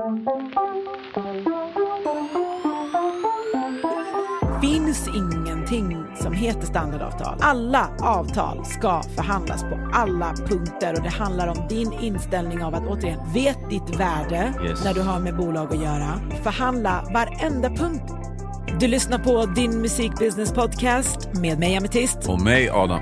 Finns ingenting som heter standardavtal. Alla avtal ska förhandlas på alla punkter, och det handlar om din inställning av att återigen vet ditt värde när du har med bolag att göra. Förhandla varenda punkt. Du lyssnar på Din Musikbusiness Podcast med mig Ametist och mig Adam.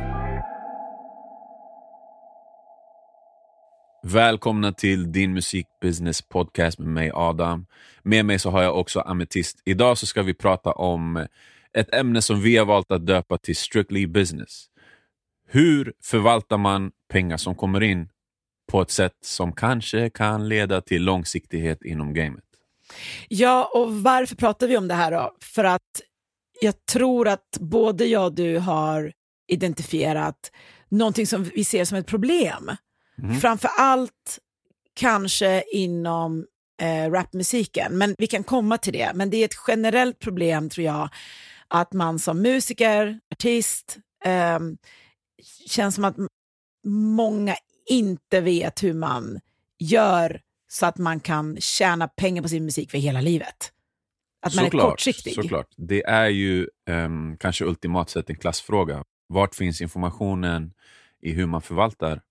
Välkomna till Din Musikbusiness Podcast med mig Adam. Med mig så har jag också Ametist. Idag så ska vi prata om ett ämne som vi har valt att döpa till Strictly Business. Hur förvaltar man pengar som kommer in på ett sätt som kanske kan leda till långsiktighet inom gamet? Ja, och varför pratar vi om det här då? För att jag tror att både jag och du har identifierat någonting som vi ser som ett problem. Framför allt kanske inom rapmusiken, men vi kan komma till det. Men det är ett generellt problem, tror jag, att man som musiker, artist, känns som att många inte vet hur man gör så att man kan tjäna pengar på sin musik för hela livet. Att man är kortsiktig. Såklart. Det är ju kanske ultimat sett en klassfråga. Vart finns informationen i hur man förvaltar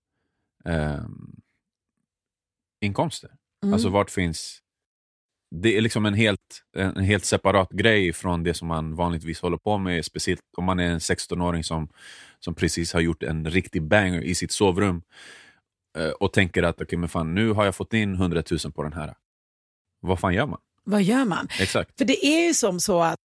inkomster? Alltså vart finns... Det är liksom en helt separat grej från det som man vanligtvis håller på med. Speciellt om man är en 16-åring som precis har gjort en riktig banger i sitt sovrum. Och tänker att okej, men fan, nu har jag fått in 100 000 på den här. Vad fan gör man? Vad gör man? Exakt. För det är ju som så att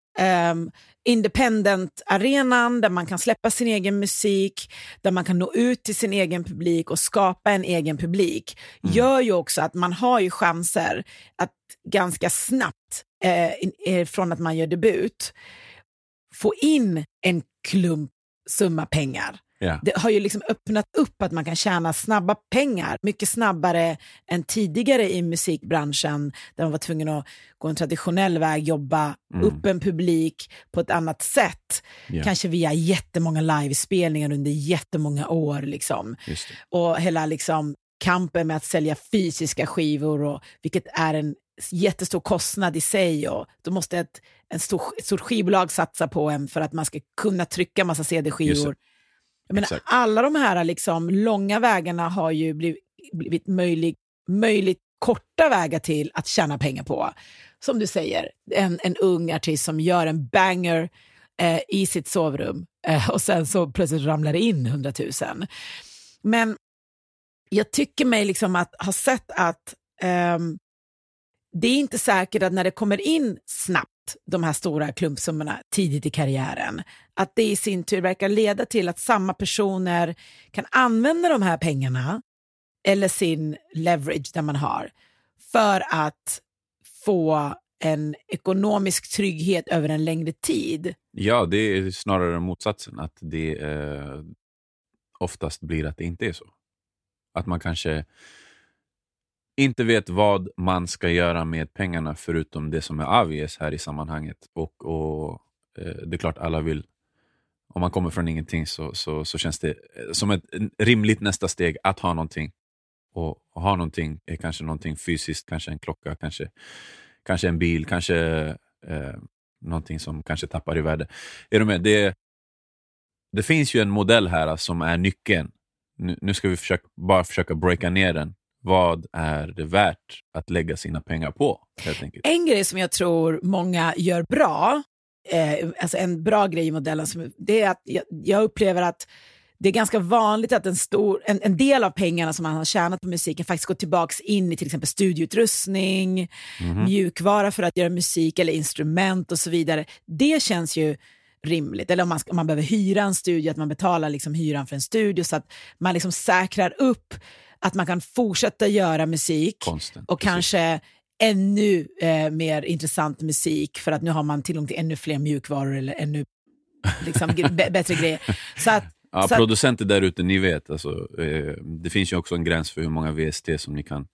independent-arenan där man kan släppa sin egen musik, där man kan nå ut till sin egen publik och skapa en egen publik, gör ju också att man har ju chanser att ganska snabbt från att man gör debut få in en klump summa pengar. Yeah. Det har ju liksom öppnat upp att man kan tjäna snabba pengar, mycket snabbare än tidigare i musikbranschen, där man var tvungen att gå en traditionell väg, jobba upp en publik på ett annat sätt. Yeah. Kanske via jättemånga livespelningar under jättemånga år. Liksom. Och hela liksom kampen med att sälja fysiska skivor, och vilket är en jättestor kostnad i sig, och då måste ett stort skivbolag satsa på en för att man ska kunna trycka massa CD-skivor. Jag menar, alla de här liksom långa vägarna har ju blivit möjligt korta vägar till att tjäna pengar på. Som du säger, en ung artist som gör en banger i sitt sovrum och sen så plötsligt ramlar det in 100 000. Men jag tycker mig liksom att ha sett att det är inte säkert att när det kommer in snabbt de här stora klumpsummorna tidigt i karriären, att det i sin tur verkar leda till att samma personer kan använda de här pengarna eller sin leverage där man har för att få en ekonomisk trygghet över en längre tid. Ja, det är snarare motsatsen, att det oftast blir att det inte är så. Att man kanske inte vet vad man ska göra med pengarna förutom det som är obvious här i sammanhanget. Och det är klart alla vill, om man kommer från ingenting så känns det som ett rimligt nästa steg att ha någonting. Och ha någonting är kanske någonting fysiskt, kanske en klocka, kanske en bil, kanske någonting som kanske tappar i värde. Är du med? Det finns ju en modell här som är nyckeln. Nu ska vi försöka breaka ner den. Vad är det värt att lägga sina pengar på, helt enkelt? En grej som jag tror många gör bra, alltså en bra grej i modellen, det är att jag upplever att det är ganska vanligt att en del av pengarna som man har tjänat på musiken faktiskt går tillbaks in i till exempel studioutrustning, mjukvara för att göra musik eller instrument och så vidare. Det känns ju rimligt. Eller om man behöver hyra en studio, att man betalar liksom hyran för en studio så att man liksom säkrar upp att man kan fortsätta göra musik konstant, och kanske ännu mer intressant musik, för att nu har man tillgång till ännu fler mjukvaror eller ännu liksom, bättre grejer. Så att, producenter där ute, ni vet, alltså, det finns ju också en gräns för hur många VST som ni kan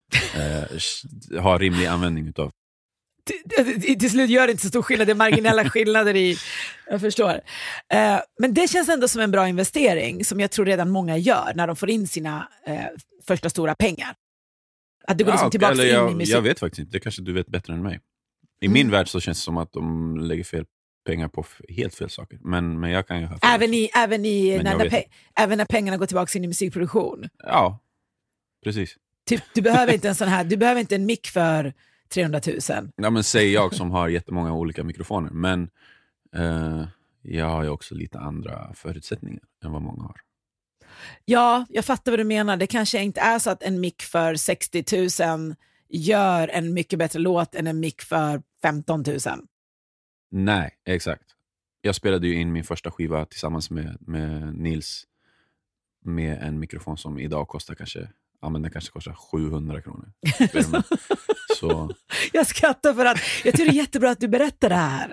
ha rimlig användning utav. Till slut gör det inte så stor skillnad, det är marginella skillnader i, jag förstår. Men det känns ändå som en bra investering som jag tror redan många gör när de får in sina första stora pengar. Att det går liksom tillbaka in i musik. Jag vet faktiskt inte, det kanske du vet bättre än mig. I min värld så känns det som att de lägger fel pengar på helt fel saker. Men jag kan ju ha fel. Även när pengarna går tillbaka in i musikproduktion? Ja, precis. Typ, du behöver inte en sån här, du behöver inte en mick för 300 000. Ja, men säger jag som har jättemånga olika mikrofoner. Men jag har ju också lite andra förutsättningar än vad många har. Ja, jag fattar vad du menar. Det kanske inte är så att en mick för 60 000 gör en mycket bättre låt än en mick för 15 000. Nej, exakt. Jag spelade ju in min första skiva tillsammans med Nils med en mikrofon som idag kostar kanske, den kanske kostar 700 kronor. Så. Jag skrattar för att jag tycker det är jättebra att du berättar det här.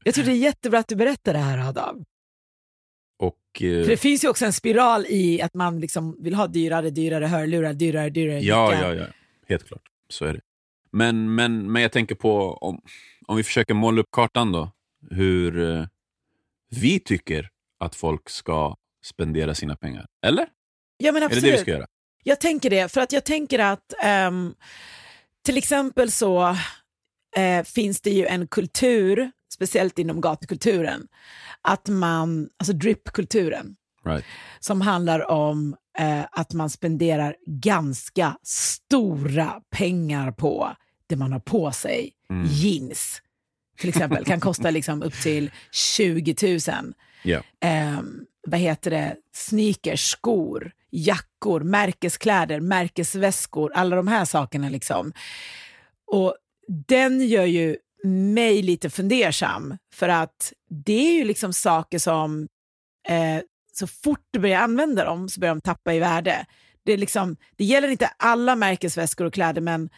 Adam. Och, för det finns ju också en spiral i att man liksom vill ha dyrare hörlurar, dyrare. Ja, helt klart. Så är det. Men jag tänker på om vi försöker måla upp kartan då, hur vi tycker att folk ska spendera sina pengar. Eller? Ja, men absolut. Är det vi ska göra? Jag tänker det, för att jag tänker att till exempel så finns det ju en kultur, speciellt inom gatukulturen, alltså dripkulturen, right, som handlar om att man spenderar ganska stora pengar på det man har på sig. Jeans till exempel kan kosta liksom upp till 20 000. Yeah. Sneakers, skor, jackor, märkeskläder, märkesväskor, alla de här sakerna liksom. Och den gör ju mig lite fundersam, för att det är ju liksom saker som så fort du börjar använda dem så börjar de tappa i värde. Det gäller inte alla märkesväskor och kläder, men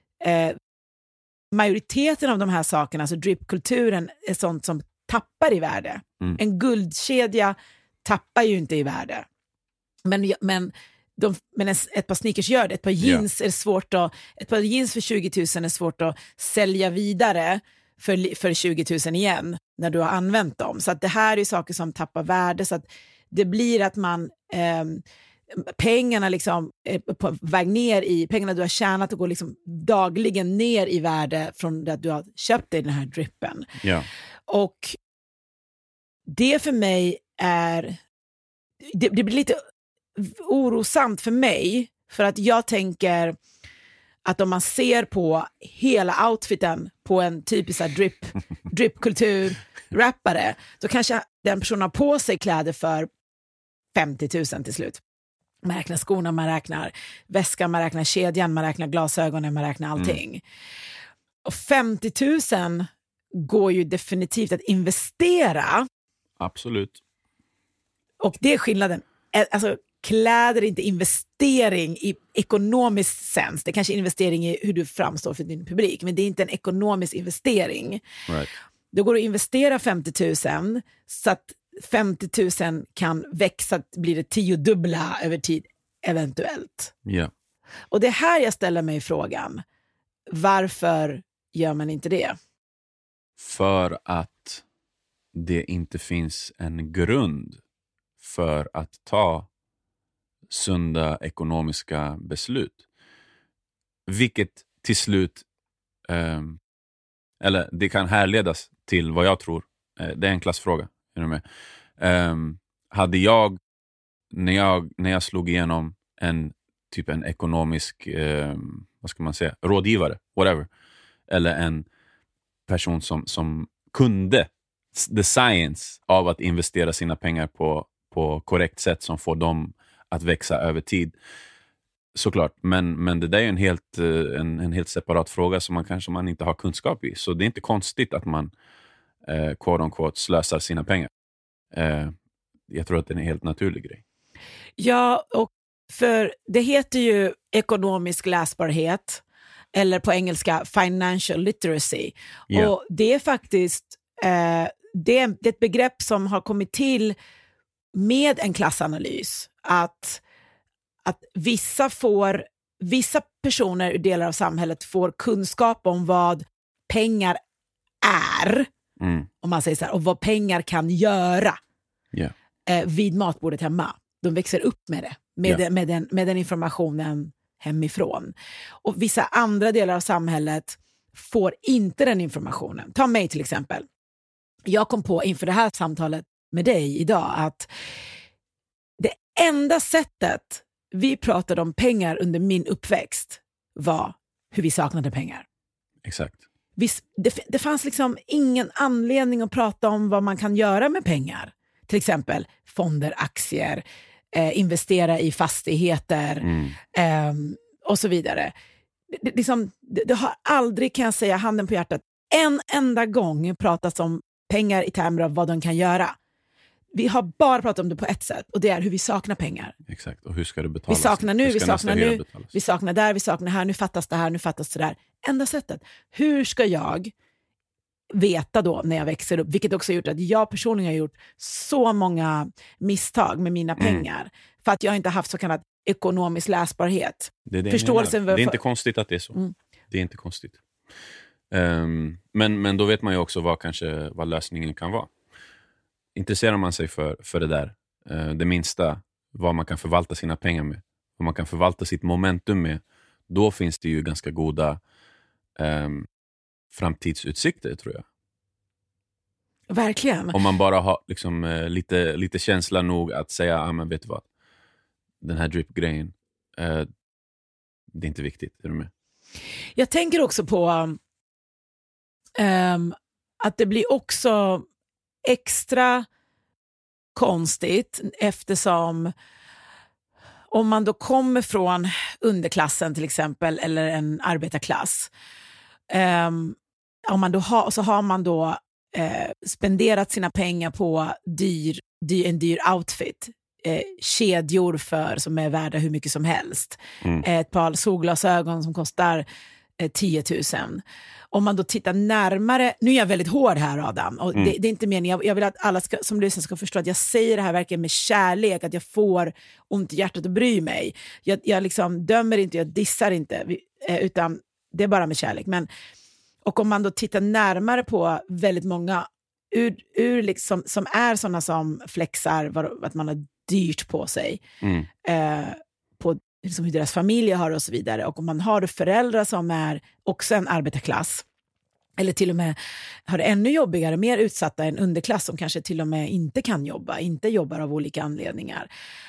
majoriteten av de här sakerna, alltså dripkulturen, är sånt som tappar i värde. En guldkedja tappar ju inte i värde. Men ett par sneakers gör det. Ett par jeans är svårt ett par jeans för 20 000 är svårt att sälja vidare för 20 000 igen när du har använt dem. Så att det här är saker som tappar värde, så att det blir att man pengarna liksom är på väg ner i, pengarna du har tjänat och går liksom dagligen ner i värde från det att du har köpt dig den här drippen. Ja. Och det för mig är det blir lite orosamt för mig, för att jag tänker att om man ser på hela outfiten på en typisk dripkultur-rappare, så kanske den personen har på sig kläder för 50 000 till slut. Man räknar skorna, man räknar väskan, man räknar kedjan, man räknar glasögonen, man räknar allting. Och 50 000 går ju definitivt att investera. Absolut. Och det är skillnaden. Alltså, kläder är inte investering i ekonomisk sens. Det är kanske investering i hur du framstår för din publik, men det är inte en ekonomisk investering. Right. Då går det att investera 50 000 så att 50 000 kan växa, blir det 10-dubbla över tid eventuellt. Yeah. Och det här jag ställer mig frågan, varför gör man inte det? För att det inte finns en grund för att ta sunda ekonomiska beslut. Vilket till slut eller det kan härledas till vad jag tror. Det är en klassfråga. Är du med? Hade jag när jag slog igenom en ekonomisk vad ska man säga, rådgivare, whatever, eller en person som kunde the science av att investera sina pengar på korrekt sätt som får dem att växa över tid, såklart, men det där är en helt separat fråga som man inte har kunskap i, så det är inte konstigt att man quote on quote slösar sina pengar. Jag tror att det är en helt naturlig grej. Ja, och för det heter ju ekonomisk läsbarhet, eller på engelska financial literacy. Yeah. Och det är faktiskt det är ett begrepp som har kommit till med en klassanalys. Att vissa personer i delar av samhället får kunskap om vad pengar är, om man säger så här, och vad pengar kan göra vid matbordet hemma. De växer upp med det, med den informationen hemifrån. Och vissa andra delar av samhället får inte den informationen. Ta mig till exempel. Jag kom på inför det här samtalet med dig idag att det enda sättet vi pratade om pengar under min uppväxt var hur vi saknade pengar. Exakt. Det fanns liksom ingen anledning att prata om vad man kan göra med pengar. Till exempel fonder, aktier, investera i fastigheter och så vidare. Det har aldrig, kan jag säga, handen på hjärtat, en enda gång pratats om pengar i termer av vad de kan göra. Vi har bara pratat om det på ett sätt, och det är hur vi saknar pengar. Exakt, och hur ska det betalas? Vi saknar nu, vi saknar där, vi saknar här, nu fattas det här, nu fattas det där. Enda sättet. Hur ska jag veta då när jag växer upp, vilket också har gjort att jag personligen har gjort så många misstag med mina pengar, för att jag inte haft så kallad ekonomisk läsbarhet. Det är inte konstigt att det är så. Det är inte konstigt. Men då vet man ju också vad lösningen kan vara. Intresserar man sig för det där, det minsta, vad man kan förvalta sina pengar med, vad man kan förvalta sitt momentum med, då finns det ju ganska goda framtidsutsikter, tror jag. Verkligen. Om man bara har liksom, lite känsla nog att säga, men vet du vad, den här drip-grejen, det är inte viktigt, är du med? Jag tänker också på att det blir också extra konstigt, eftersom om man då kommer från underklassen till exempel, eller en arbetarklass, om man då har man då spenderat sina pengar på en dyr outfit, kedjor som är värda hur mycket som helst, ett par solglasögon som kostar 10 000. Om man då tittar närmare, nu är jag väldigt hård här, Adam, och det är inte meningen, jag vill att alla som lyssnar ska förstå att jag säger det här verkligen med kärlek, att jag får ont i hjärtat och bryr mig. Jag liksom dömer inte, jag dissar inte, utan det är bara med kärlek. Och om man då tittar närmare på väldigt många ur liksom, som är sådana som flexar att man har dyrt på sig, på liksom hur deras familjer har och så vidare, och om man har föräldrar som är också en arbetarklass, eller till och med har det ännu jobbigare, mer utsatta än underklass, som kanske till och med inte jobbar av olika anledningar,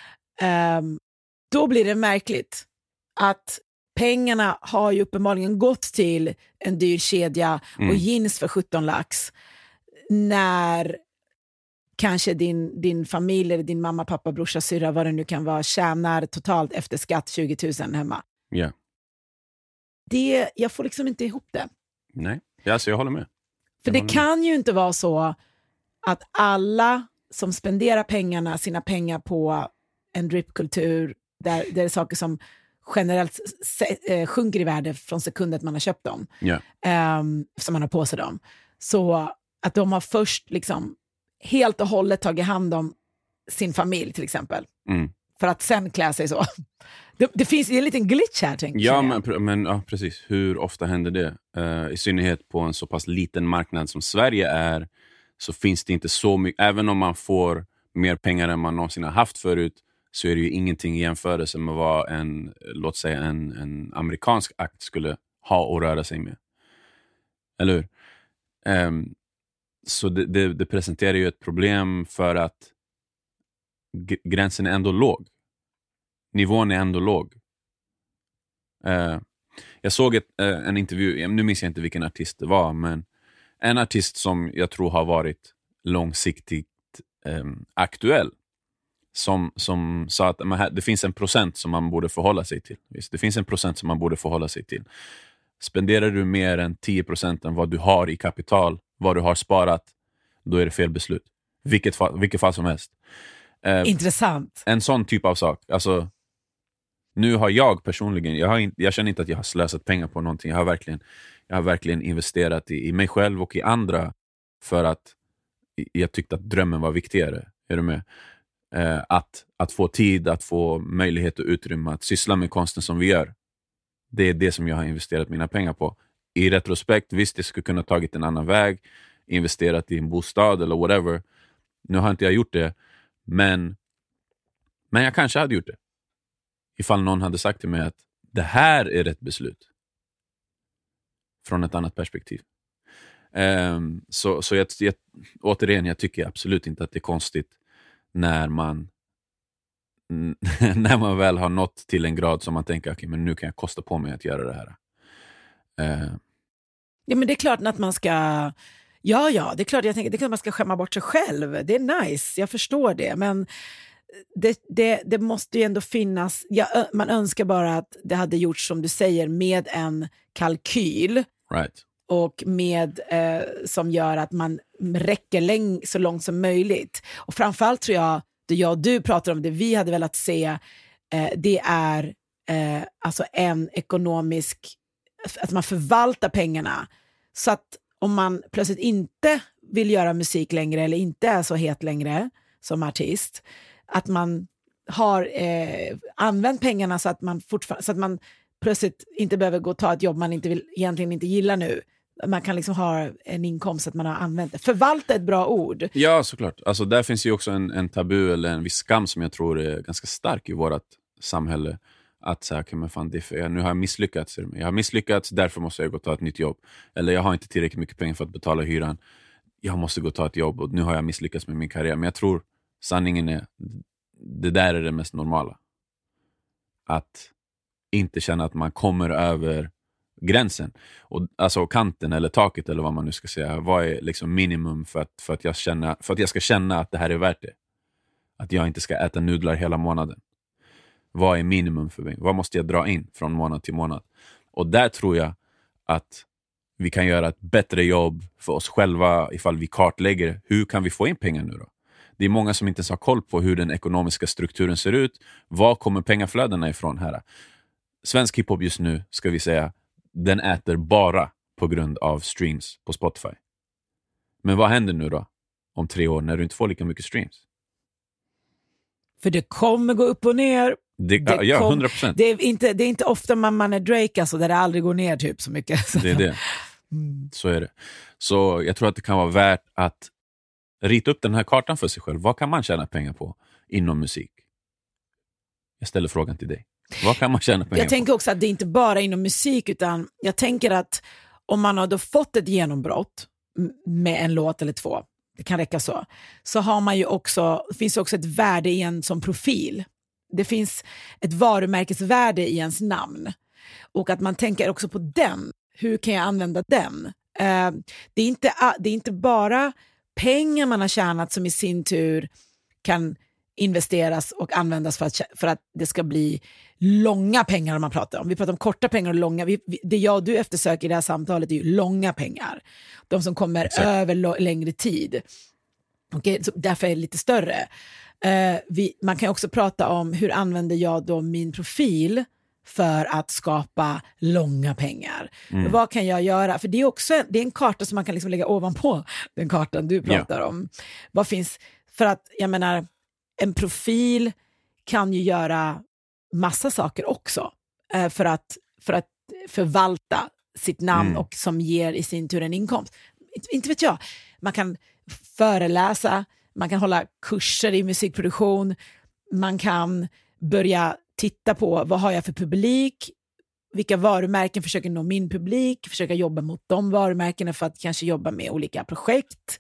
då blir det märkligt att pengarna har ju uppenbarligen gått till en dyr kedja och jeans för 17 lax, när kanske din familj eller din mamma, pappa, brorsa, syrra, vad det nu kan vara, tjänar totalt efter skatt 20 000 hemma. Ja. Jag får liksom inte ihop det. Nej, alltså jag håller med. För det kan ju inte vara så att alla som spenderar sina pengar på en dripkultur, där det är saker som generellt sjunker i värde från sekunden man har köpt dem, som man har på sig dem, så att de har först liksom helt och hållet tagit hand om sin familj till exempel, för att sen klä sig så. Det finns en liten glitch här, tänker jag. Men ja, precis. Hur ofta händer det? I synnerhet på en så pass liten marknad som Sverige är, så finns det inte så mycket. Även om man får mer pengar än man någonsin har haft förut, så är det ju ingenting i jämförelse med vad låt säga en amerikansk akt skulle ha att röra sig med. Eller hur? Så det presenterar ju ett problem, för att gränsen är ändå låg. Nivån är ändå låg. Jag såg en intervju, nu minns jag inte vilken artist det var, men en artist som jag tror har varit långsiktigt aktuell, som sa att det finns en procent som man borde förhålla sig till. Visst, det finns en procent som man borde förhålla sig till. Spenderar du mer än 10% än vad du har i kapital, vad du har sparat, då är det fel beslut. Vilket fall som helst. Intressant. En sån typ av sak. Alltså, nu har jag personligen, jag känner inte att jag har slösat pengar på någonting. Jag har verkligen investerat i mig själv och i andra, för att jag tyckte att drömmen var viktigare. Är du med? Att få tid, att få möjlighet och utrymme att syssla med konsten som vi gör. Det är det som jag har investerat mina pengar på. I retrospekt, visst, jag skulle kunna tagit en annan väg, investerat i en bostad eller whatever. Nu har inte jag gjort det, men jag kanske hade gjort det. Ifall någon hade sagt till mig att det här är rätt beslut. Från ett annat perspektiv. Så återigen, jag tycker absolut inte att det är konstigt när man när man väl har nått till en grad som man tänker, okej, men nu kan jag kosta på mig att göra det här. Ja, men det är klart att man ska... Ja, det är klart, jag tänker, det är klart att man ska skämma bort sig själv. Det är nice, jag förstår det. Men det måste ju ändå finnas... man önskar bara att det hade gjorts, som du säger, med en kalkyl. Right. Och med som gör att man räcker så långt som möjligt. Och framförallt tror jag, det jag och du pratar om, det vi hade velat se, det är alltså en ekonomisk, att man förvaltar pengarna så att om man plötsligt inte vill göra musik längre eller inte är så het längre som artist, att man har använt pengarna så att man så att man plötsligt inte behöver gå och ta ett jobb man egentligen inte gillar nu. Man kan liksom ha en inkomst att man har använt det. Förvalta ett bra ord. Ja, såklart. Alltså, där finns ju också en tabu eller en viss skam som jag tror är ganska stark i vårt samhälle. Att säga, okay, men fan, nu har jag misslyckats. Jag har misslyckats, därför måste jag gå och ta ett nytt jobb. Eller jag har inte tillräckligt mycket pengar för att betala hyran. Jag måste gå och ta ett jobb och nu har jag misslyckats med min karriär. Men jag tror sanningen är, det där är det mest normala. Att inte känna att man kommer över gränsen. Och, alltså kanten eller taket eller vad man nu ska säga. Vad är liksom minimum för att jag ska känna att det här är värt det? Att jag inte ska äta nudlar hela månaden. Vad är minimum för mig? Vad måste jag dra in från månad till månad? Och där tror jag att vi kan göra ett bättre jobb för oss själva ifall vi kartlägger hur kan vi få in pengar nu då? Det är många som inte har koll på hur den ekonomiska strukturen ser ut. Var kommer pengaflödena ifrån här? Svensk hiphop just nu, ska vi säga, den äter bara på grund av streams på Spotify. Men vad händer nu då om 3 år när du inte får lika mycket streams? För det kommer gå upp och ner. Ja, 100%. Det är inte ofta man är Drake, alltså, där det aldrig går ner typ så mycket. Det är det. Så är det. Så jag tror att det kan vara värt att rita upp den här kartan för sig själv. Vad kan man tjäna pengar på inom musik? Jag ställer frågan till dig. Vad kan man tjäna pengar på? Jag tänker också att det är inte bara inom musik, utan jag tänker att om man har då fått ett genombrott med en låt eller 2, det kan räcka så har man ju också, det finns också ett värde i en som profil. Det finns ett varumärkesvärde i ens namn. Och att man tänker också på den. Hur kan jag använda den? Det är inte bara pengar man har tjänat som i sin tur kan investeras och användas för att det ska bli långa pengar man pratar om. Vi pratar om korta pengar och långa. Det jag och du eftersöker i det här samtalet är ju långa pengar. De som kommer över längre tid. Okay, så därför är det lite större. Man kan också prata om hur använder jag då min profil för att skapa långa pengar. Vad kan jag göra? För det är en karta som man kan liksom lägga ovanpå den kartan du pratar om. Vad finns, för att jag menar, en profil kan ju göra massa saker också för att förvalta sitt namn och som ger i sin tur en inkomst. Inte vet jag. Man kan föreläsa, man kan hålla kurser i musikproduktion, man kan börja titta på vad har jag för publik, vilka varumärken försöker nå min publik, försöka jobba mot de varumärkena för att kanske jobba med olika projekt.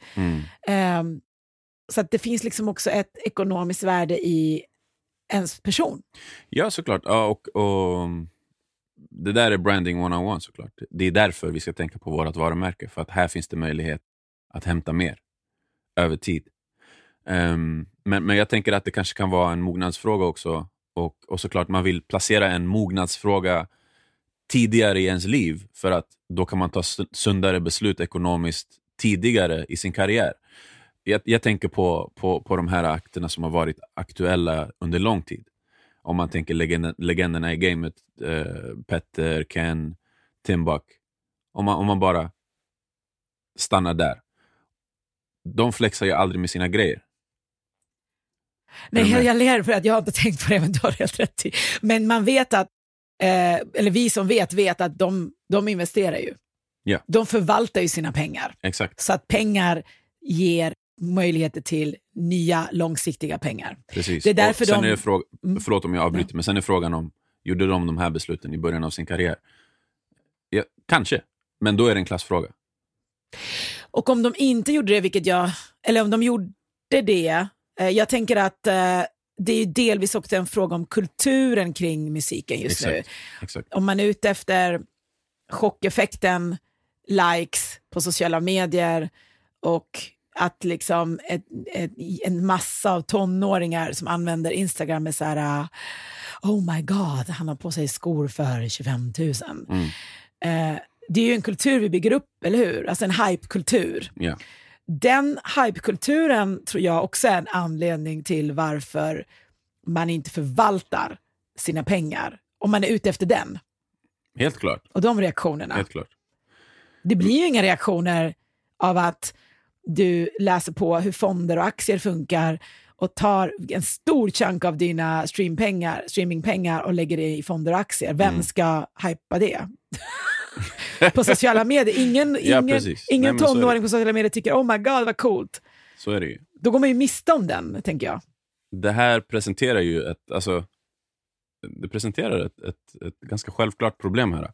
Så att det finns liksom också ett ekonomiskt värde i ens person. Ja, såklart. Ja, och det där är branding 101 såklart. Det är därför vi ska tänka på vårt varumärke. För att här finns det möjlighet att hämta mer över tid. Men jag tänker att det kanske kan vara en mognadsfråga också. Och såklart man vill placera en mognadsfråga tidigare i ens liv. För att då kan man ta sundare beslut ekonomiskt tidigare i sin karriär. Jag tänker på de här akterna som har varit aktuella under lång tid. Om man tänker legenderna i gamet, Petter, Ken, Timbuk. Om man bara stannar där. De flexar ju aldrig med sina grejer. Nej, jag ler för att jag har inte tänkt på det, men du har helt rätt i. Men man vet att, eller vi som vet att de investerar ju. Ja. De förvaltar ju sina pengar. Exakt. Så att pengar ger möjligheter till nya långsiktiga pengar. Precis. Det är därför sen är det förlåt om jag avbryter, men sen är frågan om gjorde de här besluten i början av sin karriär? Ja, kanske, men då är det en klassfråga. Och om de inte gjorde det, eller om de gjorde det, jag tänker att det är delvis också en fråga om kulturen kring musiken just nu. Exakt. Om man är ute efter chockeffekten, likes på sociala medier och att liksom en massa av tonåringar som använder Instagram är så här, oh my god, han har på sig skor för 25 000. Det är ju en kultur vi bygger upp, eller hur? Alltså en hypekultur. Yeah. Den hypekulturen tror jag också är en anledning till varför man inte förvaltar sina pengar. Om man är ute efter den. Helt klart. Och de reaktionerna. Helt klart. Det blir ju inga reaktioner av att du läser på hur fonder och aktier funkar och tar en stor chunk av dina streamingpengar och lägger det i fonder och aktier. Vem ska hypa det? På sociala medier. Ingen tonåring på sociala medier tycker, oh my god, vad coolt. Så är det ju. Då går man ju miste om den, tänker jag. Det här presenterar ju ett ganska självklart problem här.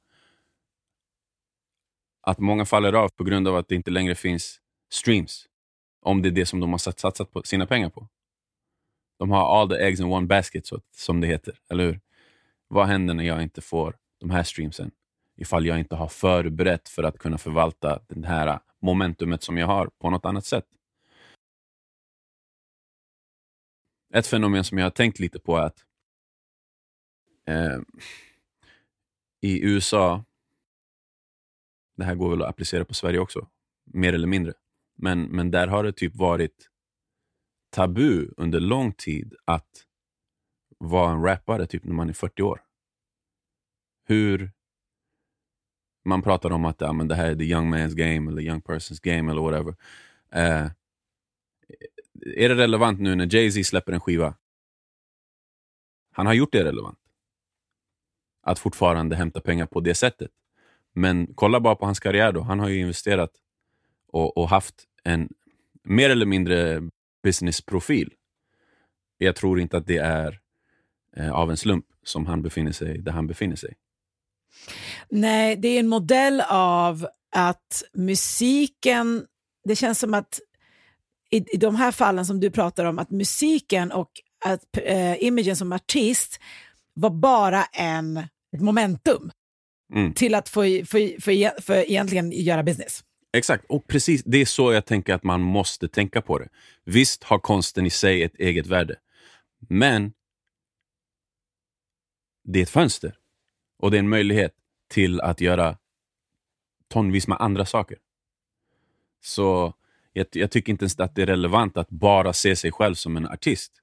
Att många faller av på grund av att det inte längre finns streams. Om det är det som de har satsat på sina pengar på. De har all the eggs in one basket, som det heter, eller hur? Vad händer när jag inte får de här streamsen? Ifall jag inte har förberett för att kunna förvalta den här momentumet som jag har på något annat sätt. Ett fenomen som jag har tänkt lite på är att i USA, det här går väl att applicera på Sverige också, mer eller mindre. Men där har det typ varit tabu under lång tid att vara en rappare typ när man är 40 år. Hur man pratar om att men det här är the young man's game eller young person's game eller whatever. Är det relevant nu när Jay-Z släpper en skiva? Han har gjort det relevant. Att fortfarande hämta pengar på det sättet. Men kolla bara på hans karriär då. Han har ju investerat och haft en mer eller mindre businessprofil. Jag tror inte att det är av en slump som han befinner sig där han befinner sig. Nej, det är en modell av att musiken, det känns som att i de här fallen som du pratar om, att musiken och att imagen som artist var bara ett momentum till att få egentligen göra business. Exakt, och precis det är så jag tänker att man måste tänka på det. Visst har konsten i sig ett eget värde, men det är ett fönster och det är en möjlighet till att göra tonvis med andra saker. Så jag tycker inte ens att det är relevant att bara se sig själv som en artist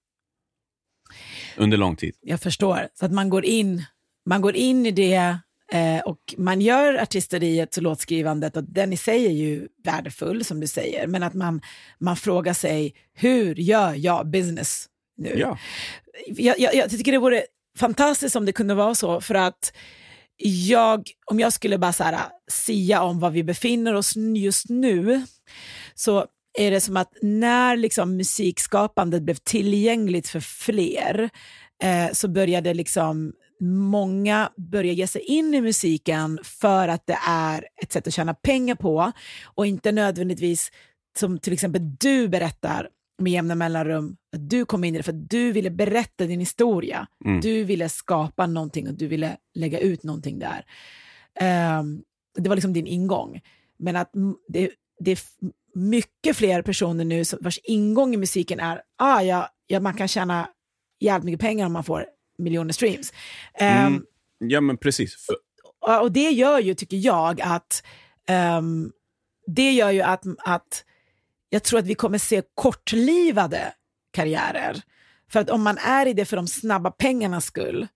under lång tid. Jag förstår, så att man går in i det och man gör artisteriet och låtskrivandet, och den i sig är ju värdefull som du säger, men att man frågar sig, hur gör jag business nu? Ja. Jag tycker det vore fantastiskt om det kunde vara så, för att om jag skulle bara så här sia om vad vi befinner oss just nu, så är det som att när liksom musikskapandet blev tillgängligt för fler, så började liksom många börja ge sig in i musiken för att det är ett sätt att tjäna pengar på, och inte nödvändigtvis som till exempel du berättar med jämna mellanrum, att du kom in i det för att du ville berätta din historia. Du ville skapa någonting och du ville lägga ut någonting där. Det var liksom din ingång. Men att det är mycket fler personer nu vars ingång i musiken är man kan tjäna jävligt mycket pengar om man får miljoner streams. Ja, men precis. Och det gör ju, tycker jag, att jag tror att vi kommer se kortlivade karriärer. För att om man är i det för de snabba pengarnas skull,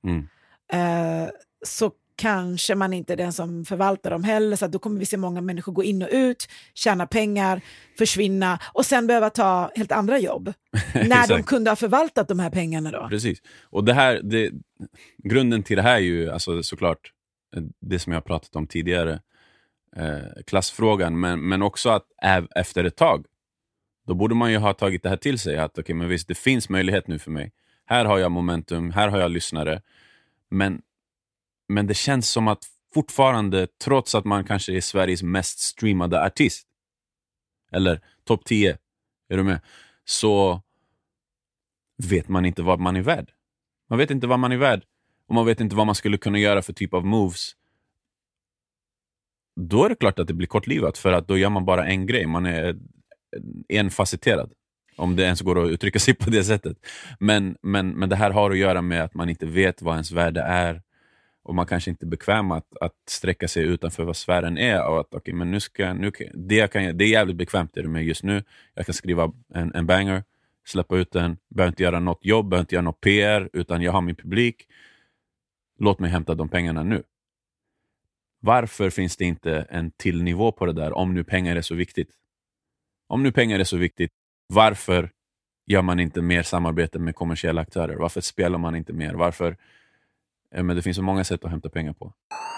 så kanske man inte är den som förvaltar dem heller. Så att då kommer vi se många människor gå in och ut, tjäna pengar, försvinna och sen behöva ta helt andra jobb. När de kunde ha förvaltat de här pengarna då. Precis. Och grunden till det här är ju alltså, såklart det som jag har pratat om tidigare, klassfrågan, men också att efter ett tag då borde man ju ha tagit det här till sig, att okej, men visst, det finns möjlighet nu för mig. Här har jag momentum, här har jag lyssnare. Men det känns som att fortfarande, trots att man kanske är Sveriges mest streamade artist, eller topp 10, är du med? Så vet man inte vad man är värd. Man vet inte vad man är värd. Och man vet inte vad man skulle kunna göra för typ av moves. Då är det klart att det blir kortlivat, för att då gör man bara en grej. Man är enfacetterad, om det ens går att uttrycka sig på det sättet. Men det här har att göra med att man inte vet vad ens värde är. Och man kanske inte är bekväm att sträcka sig utanför vad sfären är. Och att okej, men det är jävligt bekvämt det med just nu. Jag kan skriva en banger, släppa ut den, behöver inte göra något jobb, behöver inte göra något PR, utan jag har min publik. Låt mig hämta de pengarna nu. Varför finns det inte en till nivå på det där, om nu pengar är så viktigt? Om nu pengar är så viktigt, varför gör man inte mer samarbete med kommersiella aktörer? Varför spelar man inte mer? Varför? Men det finns så många sätt att hämta pengar på.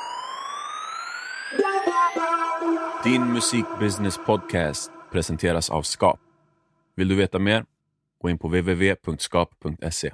Din musikbusiness podcast presenteras av Skap. Vill du veta mer? Gå in på www.skap.se.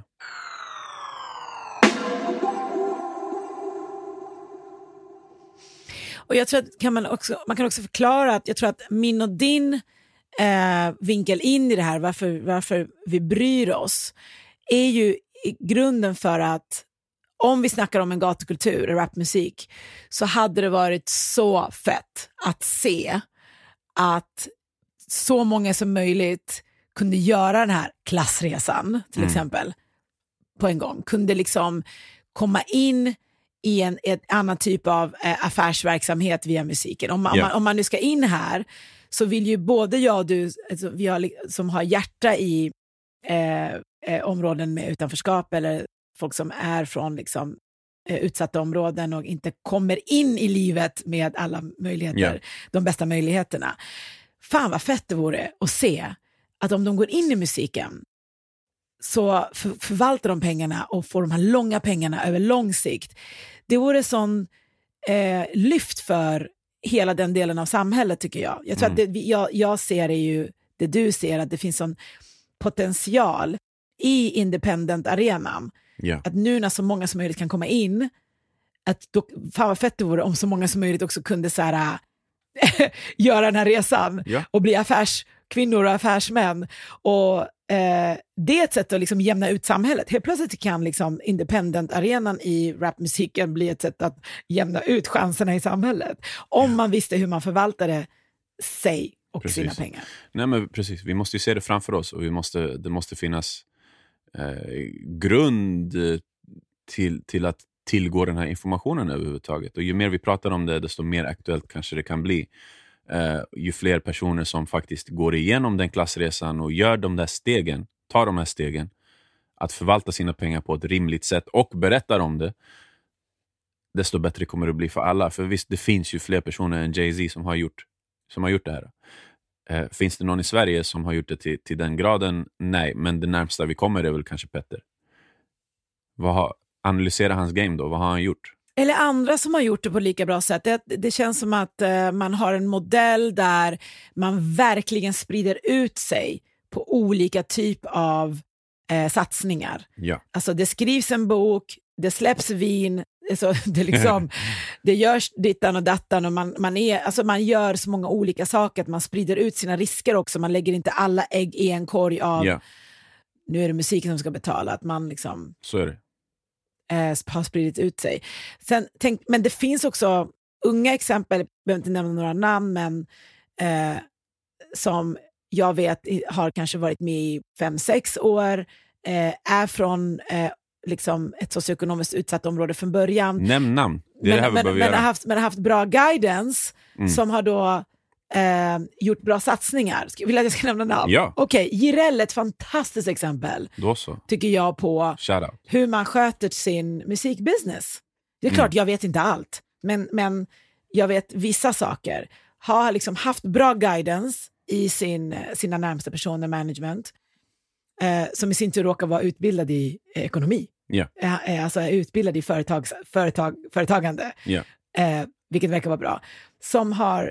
Och jag tror att man kan också förklara att jag tror att min och din vinkel in i det här, varför vi bryr oss, är ju i grunden för att om vi snackar om en gatukultur, rapmusik, så hade det varit så fett att se att så många som möjligt kunde göra den här klassresan till exempel på en gång, kunde liksom komma in i en annan typ av affärsverksamhet via musiken. Om man nu ska in här, så vill ju både jag och du, alltså, som har hjärta i områden med utanförskap, eller folk som är från liksom, utsatta områden och inte kommer in i livet med alla möjligheter, de bästa möjligheterna. Fan vad fett det vore att se att om de går in i musiken, så förvaltar de pengarna och får de här långa pengarna över lång sikt. Det vore sån lyft för hela den delen av samhället, tycker jag. Jag tror att jag ser det ju, det du ser, att det finns sån potential i independent-arenan. Att nu när så många som möjligt kan komma in, att då, fan vad fett det vore om så många som möjligt också kunde så här, göra den här resan och bli affärskvinnor och affärsmän. Och det är ett sätt att liksom jämna ut samhället. Helt plötsligt kan liksom independent-arenan i rapmusiken bli ett sätt att jämna ut chanserna i samhället. Om man visste hur man förvaltade sig och sina pengar. Nej, men precis, vi måste ju se det framför oss, och det måste finnas grund till att tillgå den här informationen överhuvudtaget. Och ju mer vi pratar om det, desto mer aktuellt kanske det kan bli. Ju fler personer som faktiskt går igenom den klassresan och gör tar de här stegen att förvalta sina pengar på ett rimligt sätt och berättar om det, desto bättre kommer det bli för alla. För visst, det finns ju fler personer än Jay-Z som har gjort det här. Finns det någon i Sverige som har gjort det till den graden? Nej, men det närmsta vi kommer är väl kanske Petter. Analysera hans game då, vad har han gjort? Eller andra som har gjort det på lika bra sätt. Det känns som att man har en modell där man verkligen sprider ut sig på olika typ av satsningar. Alltså det skrivs en bok, det släpps vin, alltså det, liksom, det görs dittan och dattan, och man gör så många olika saker att man sprider ut sina risker också. Man lägger inte alla ägg i en korg av nu är det musiken som ska betala, att man liksom... Så är det. Har spridit ut sig. Men det finns också unga exempel, jag behöver inte nämna några namn, men som jag vet har kanske varit med i 5-6 år, är från liksom ett socioekonomiskt utsatt område från början. Nämn namn, det är det här vi behöver göra. Men har haft bra guidance, som har då gjort bra satsningar. Vill att jag ska nämna namn? Ja. Okej, Jireel, ett fantastiskt exempel. Då så. Tycker jag, på hur man sköter sin musikbusiness. Det är klart, jag vet inte allt. Men jag vet vissa saker. Har liksom haft bra guidance i sina närmaste personer, management. Som i sin tur råkar vara utbildad i ekonomi. Alltså är utbildad i företagande. Vilket verkar vara bra. Som har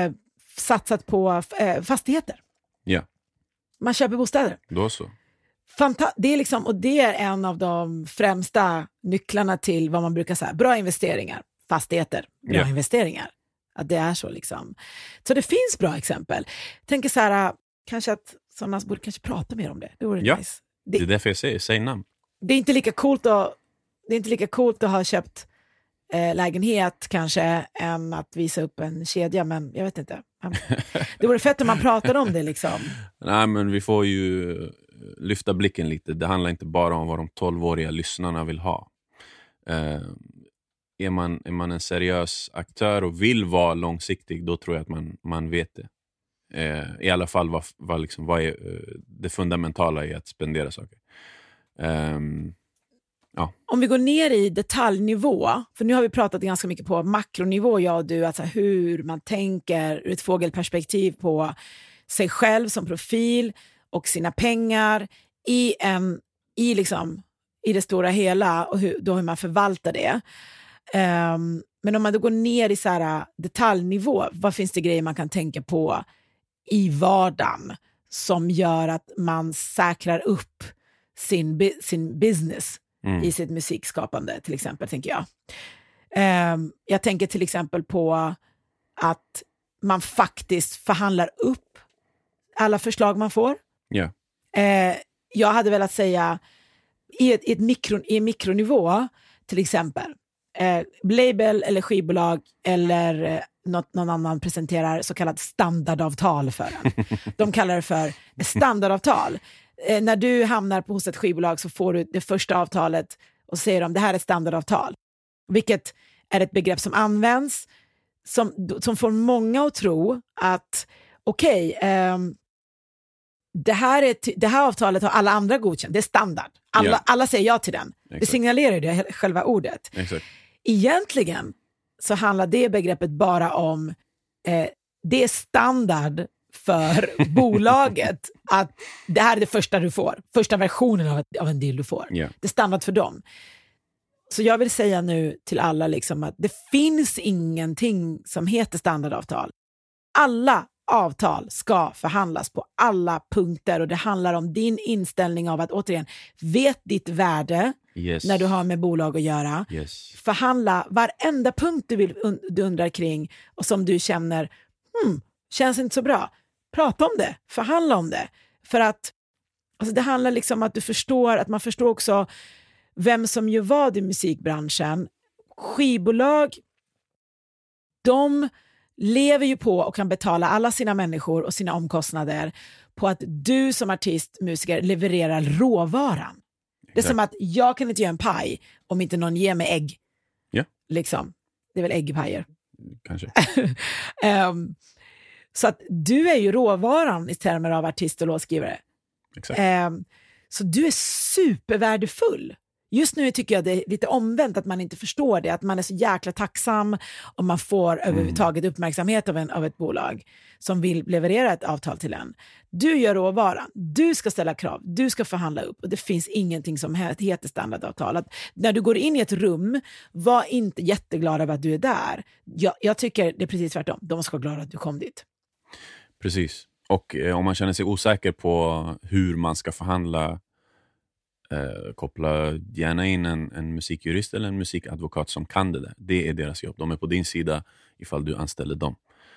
satsat på fastigheter. Man köper bostäder. Då så. Det är liksom, och det är en av de främsta nycklarna till vad man brukar säga, bra investeringar, fastigheter, bra investeringar. Att det är så liksom. Så det finns bra exempel. Jag tänker så här, kanske att sådana borde kanske prata mer om det. Det vore nice. Det är därför jag säger namn. Det är inte lika coolt att ha köpt lägenhet kanske än att visa upp en kedja, men jag vet inte. Det vore fett om man pratade om det liksom. Nej, men vi får ju lyfta blicken lite. Det handlar inte bara om vad de 12-åriga lyssnarna vill ha. Är man en seriös aktör och vill vara långsiktig, då tror jag att man vet det. I alla fall vad är det fundamentala i att spendera saker. Ja. Om vi går ner i detaljnivå, för nu har vi pratat ganska mycket på makronivå, jag och du, alltså hur man tänker ur ett fågelperspektiv på sig själv som profil och sina pengar i det stora hela och hur man förvaltar det. Men om man då går ner i så här detaljnivå, vad finns det grejer man kan tänka på i vardagen som gör att man säkrar upp sin business i sitt musikskapande till exempel, tänker jag. Jag tänker till exempel på att man faktiskt förhandlar upp alla förslag man får. Jag hade velat säga i en mikronivå till exempel, label eller skivbolag eller någon annan presenterar så kallat standardavtal för en. De kallar det för standardavtal. När du hamnar hos ett skivbolag så får du det första avtalet och säger de det här är ett standardavtal. Vilket är ett begrepp som används som får många att tro att det här avtalet har alla andra godkänt. Det är standard. Alla säger ja till den. Exakt. Det signalerar det själva ordet. Exakt. Egentligen så handlar det begreppet bara om det är standard för bolaget att det här är det första du får. Första versionen av en deal du får. Yeah. Det är standard för dem. Så jag vill säga nu till alla liksom att det finns ingenting som heter standardavtal. Alla avtal ska förhandlas på alla punkter och det handlar om din inställning av att återigen vet ditt värde när du har med bolag att göra. Förhandla varenda punkt du undrar kring och som du känner känns inte så bra. Prata om det, förhandla om det. För att alltså det handlar liksom att att man förstår också vem som gör vad i musikbranschen. Skivbolag, de lever ju på och kan betala alla sina människor och sina omkostnader på att du som artist, musiker levererar råvaran. Det är som att jag kan inte göra en paj om inte någon ger mig ägg. Liksom. Det är väl äggpajer. Kanske. Så att du är ju råvaran i termer av artist och låtskrivare. Exakt. Så du är supervärdefull. Just nu tycker jag det är lite omvänt att man inte förstår det. Att man är så jäkla tacksam om man får överhuvudtaget uppmärksamhet av ett bolag som vill leverera ett avtal till en. Du gör råvaran. Du ska ställa krav. Du ska förhandla upp. Och det finns ingenting som heter standardavtal. Att när du går in i ett rum, var inte jätteglad över att du är där. Jag tycker det är precis tvärtom. De ska vara glada att du kom dit. Precis. Och om man känner sig osäker på hur man ska förhandla, koppla gärna in en musikjurist eller en musikadvokat som kan det där. Det är deras jobb. De är på din sida ifall du anställer dem.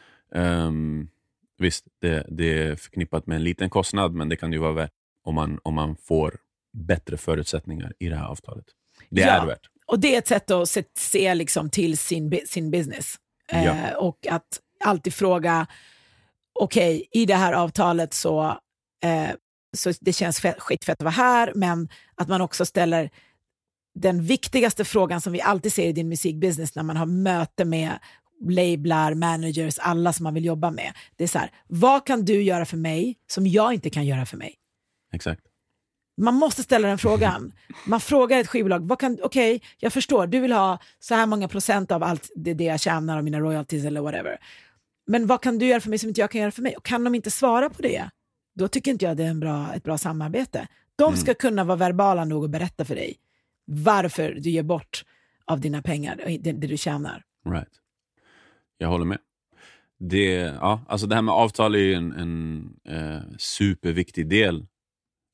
Visst, det är förknippat med en liten kostnad, men det kan ju vara värt om man får bättre förutsättningar i det här avtalet. Det är värt. Och det är ett sätt att se liksom till sin business. Och att alltid fråga i det här avtalet så det känns skitfett att vara här, men att man också ställer den viktigaste frågan som vi alltid ser i din musikbusiness när man har möte med lablar, managers, alla som man vill jobba med. Det är så här, vad kan du göra för mig som jag inte kan göra för mig? Exakt. Man måste ställa den frågan. Man frågar ett skivbolag, jag förstår, du vill ha så här många procent av allt det jag tjänar av mina royalties eller whatever. Men vad kan du göra för mig som inte jag kan göra för mig? Och kan de inte svara på det, då tycker inte jag det är ett bra samarbete. De ska kunna vara verbala nog och berätta för dig varför du ger bort av dina pengar, det du tjänar. Right. Jag håller med. Alltså det här med avtal är ju en superviktig del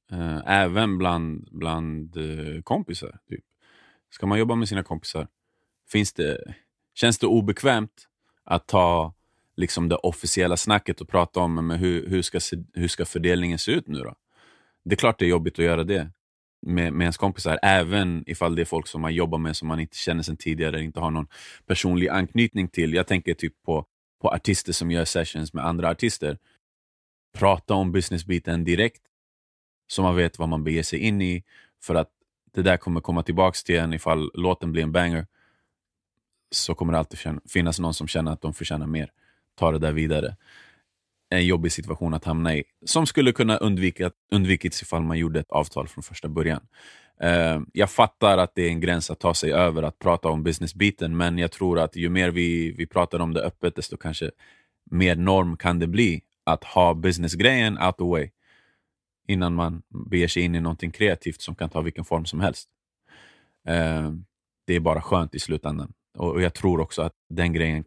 Även bland kompisar. Typ. Ska man jobba med sina kompisar, känns det obekvämt att ta liksom det officiella snacket och prata om men hur ska fördelningen se ut nu då? Det är klart det är jobbigt att göra det med ens kompisar, även ifall det är folk som man jobbar med som man inte känner sedan tidigare, inte har någon personlig anknytning till. Jag tänker typ på artister som gör sessions med andra artister. Prata om businessbiten direkt så man vet vad man beger sig in i, för att det där kommer komma tillbaks till en. Ifall låten blir en banger så kommer det alltid finnas någon som känner att de förtjänar mer. Ta det där vidare. En jobbig situation att hamna i, som skulle kunna undvikits ifall man gjorde ett avtal från första början. Jag fattar att det är en gräns att ta sig över att prata om businessbiten, men jag tror att ju mer vi pratar om det öppet, desto kanske mer norm kan det bli att ha businessgrejen out the way innan man beger sig in i någonting kreativt som kan ta vilken form som helst. Det är bara skönt i slutändan. Och jag tror också att den grejen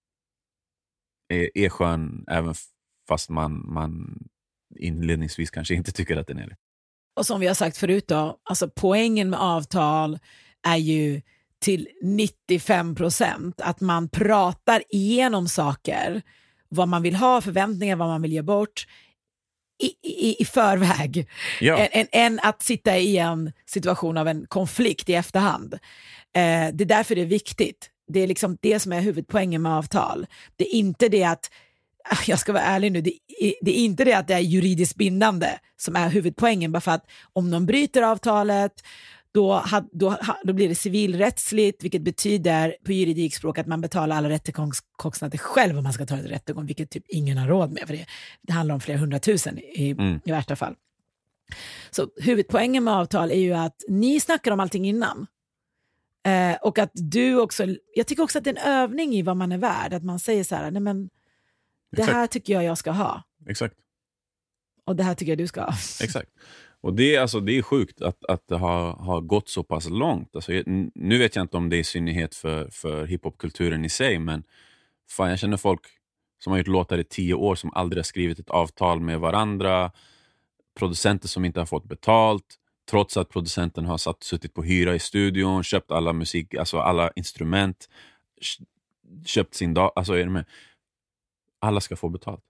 är skön även fast man inledningsvis kanske inte tycker att den är det. Och som vi har sagt förut då, alltså poängen med avtal är ju till 95% att man pratar igenom saker, vad man vill ha, förväntningar, vad man vill ge bort i förväg. Ja. Än att sitta i en situation av en konflikt i efterhand. Det är därför det är viktigt. Det är liksom det som är huvudpoängen med avtal. Det är inte det att, jag ska vara ärlig nu, det är inte det att det är juridiskt bindande som är huvudpoängen, bara för att om någon bryter avtalet då blir det civilrättsligt, vilket betyder på juridikspråk att man betalar alla rättegångskostnader själv om man ska ta ett rättegång, vilket typ ingen har råd med, för det handlar om flera 100 000 i värsta fall. Så huvudpoängen med avtal är ju att ni snackar om allting innan. Och att du också, jag tycker också att det är en övning i vad man är värd, att man säger så här, nej men det här tycker jag ska ha. Exakt. Och det här tycker jag du ska ha. Exakt. Och det är sjukt att det har gått så pass långt. Alltså, nu vet jag inte om det är i synnerhet för hiphopkulturen i sig, men fan, jag känner folk som har gjort låtar i 10 år som aldrig har skrivit ett avtal med varandra. Producenter som inte har fått betalt, trots att producenten har suttit på hyra i studion, köpt alla musik, alltså alla instrument, köpt sin alltså är det med? Alla ska få betalt.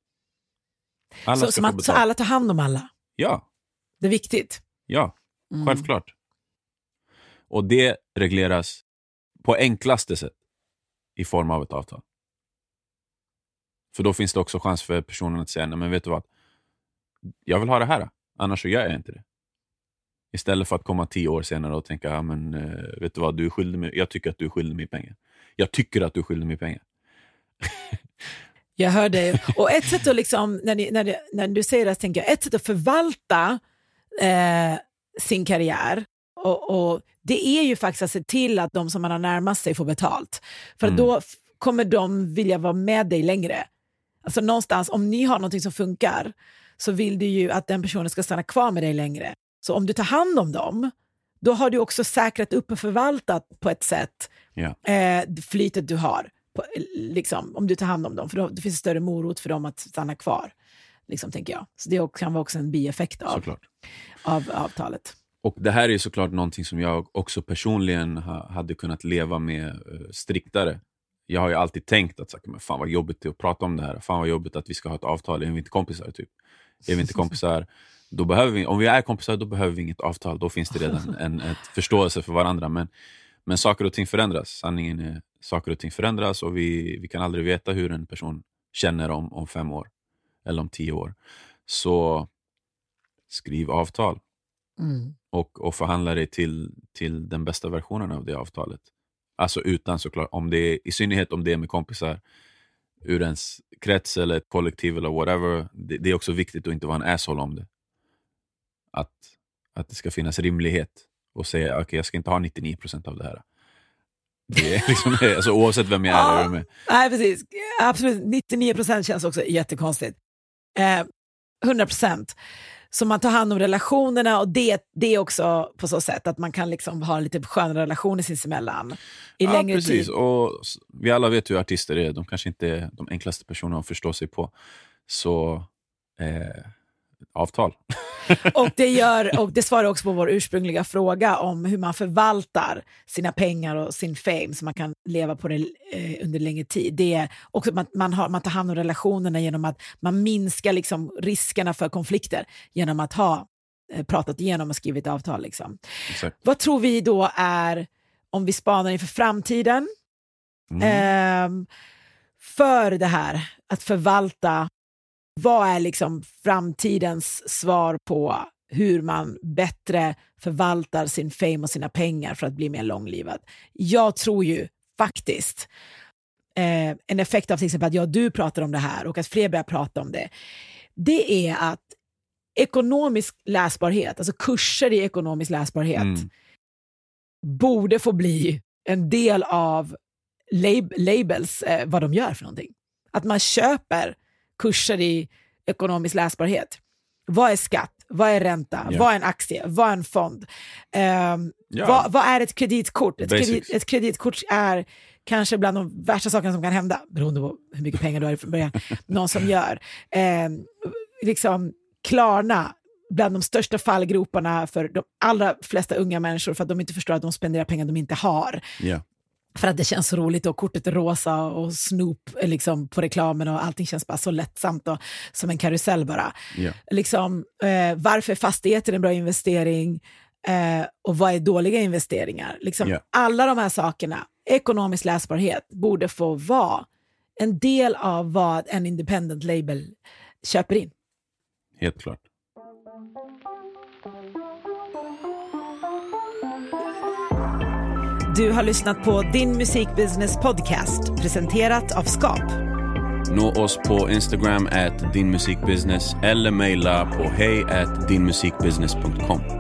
Så alla tar hand om alla? Ja. Det är viktigt. Ja, självklart. Och det regleras på enklaste sätt i form av ett avtal. För då finns det också chans för personen att säga, nej men vet du vad, jag vill ha det här, annars så gör jag inte det. Istället för att komma 10 år senare och tänka, ja men vet du vad, du är skyldig mig, jag tycker att du är skyldig mig pengar. Jag tycker att du är skyldig mig pengar. Jag hör dig. Och ett sätt att liksom, när du säger det, tänker jag, ett sätt att förvalta sin karriär och det är ju faktiskt att se till att de som man har närmast sig får betalt. För då kommer de vilja vara med dig längre. Alltså någonstans, om ni har någonting som funkar så vill du ju att den personen ska stanna kvar med dig längre. Så om du tar hand om dem, då har du också säkrat upp och förvaltat på ett sätt flytet du har. Liksom, om du tar hand om dem, för då det finns större morot för dem att stanna kvar, liksom, tänker jag. Så det kan vara också en bieffekt av avtalet. Och det här är såklart någonting som jag också personligen hade kunnat leva med striktare. Jag har ju alltid tänkt att men fan vad jobbigt det är att prata om det här. Fan vad jobbigt att vi ska ha ett avtal. Är vi inte kompisar typ? Är vi inte kompisar, då behöver vi, om vi är kompisar, då behöver vi inget avtal. Då finns det redan ett förståelse för varandra. Men saker och ting förändras. Sanningen är, saker och ting förändras och vi kan aldrig veta hur en person känner om 5 år eller om 10 år. Så skriv avtal och förhandla dig till den bästa versionen av det avtalet. Alltså utan såklart, i synnerhet om det är med kompisar ur ens krets eller ett kollektiv eller whatever. Det är också viktigt att inte vara en asshole om det. Att det ska finnas rimlighet och säga okej, jag ska inte ha 99% av det här. Det är liksom, alltså, oavsett vem jag är. Med. Nej, precis. Absolut, 99% känns också jättekonstigt. 100%. Så man tar hand om relationerna och det är också på så sätt att man kan liksom ha lite skönare relationer sinsemellan i längre precis. tid. Och vi alla vet hur artister är. De kanske inte är de enklaste personerna att förstå sig på. Så avtal. Och det svarar också på vår ursprungliga fråga om hur man förvaltar sina pengar och sin fame så man kan leva på det under längre tid. Det är också att man tar hand om relationerna genom att man minskar liksom riskerna för konflikter genom att ha pratat igenom och skrivit avtal. Liksom. Vad tror vi då är, om vi spanar inför framtiden, för det här att förvalta, vad är liksom framtidens svar på hur man bättre förvaltar sin fame och sina pengar för att bli mer långlivad? Jag tror ju faktiskt en effekt av till exempel att du pratar om det här och att fler börjar prata om det, det är att ekonomisk läsbarhet, alltså kurser i ekonomisk läsbarhet borde få bli en del av labels, vad de gör för någonting. Att man köper kurser i ekonomisk läsbarhet. Vad är skatt? Vad är ränta? Vad är en aktie? Vad är en fond? Vad är ett kreditkort? Ett kreditkort är kanske bland de värsta sakerna som kan hända, beroende på hur mycket pengar du har från början. Någon som gör. Liksom Klarna, bland de största fallgroparna för de allra flesta unga människor, för att de inte förstår att de spenderar pengar de inte har. För att det känns så roligt och kortet är rosa och Snoop liksom på reklamen och allting känns bara så lättsamt och som en karusell bara. Liksom, varför är fastigheter en bra investering och vad är dåliga investeringar? Liksom, alla de här sakerna, ekonomisk läsbarhet, borde få vara en del av vad en independent label köper in. Helt klart. Du har lyssnat på Din Musikbusiness Podcast, presenterat av Skap. Nå oss på Instagram @dinmusikbusiness eller mejla på hej@dinmusikbusiness.com.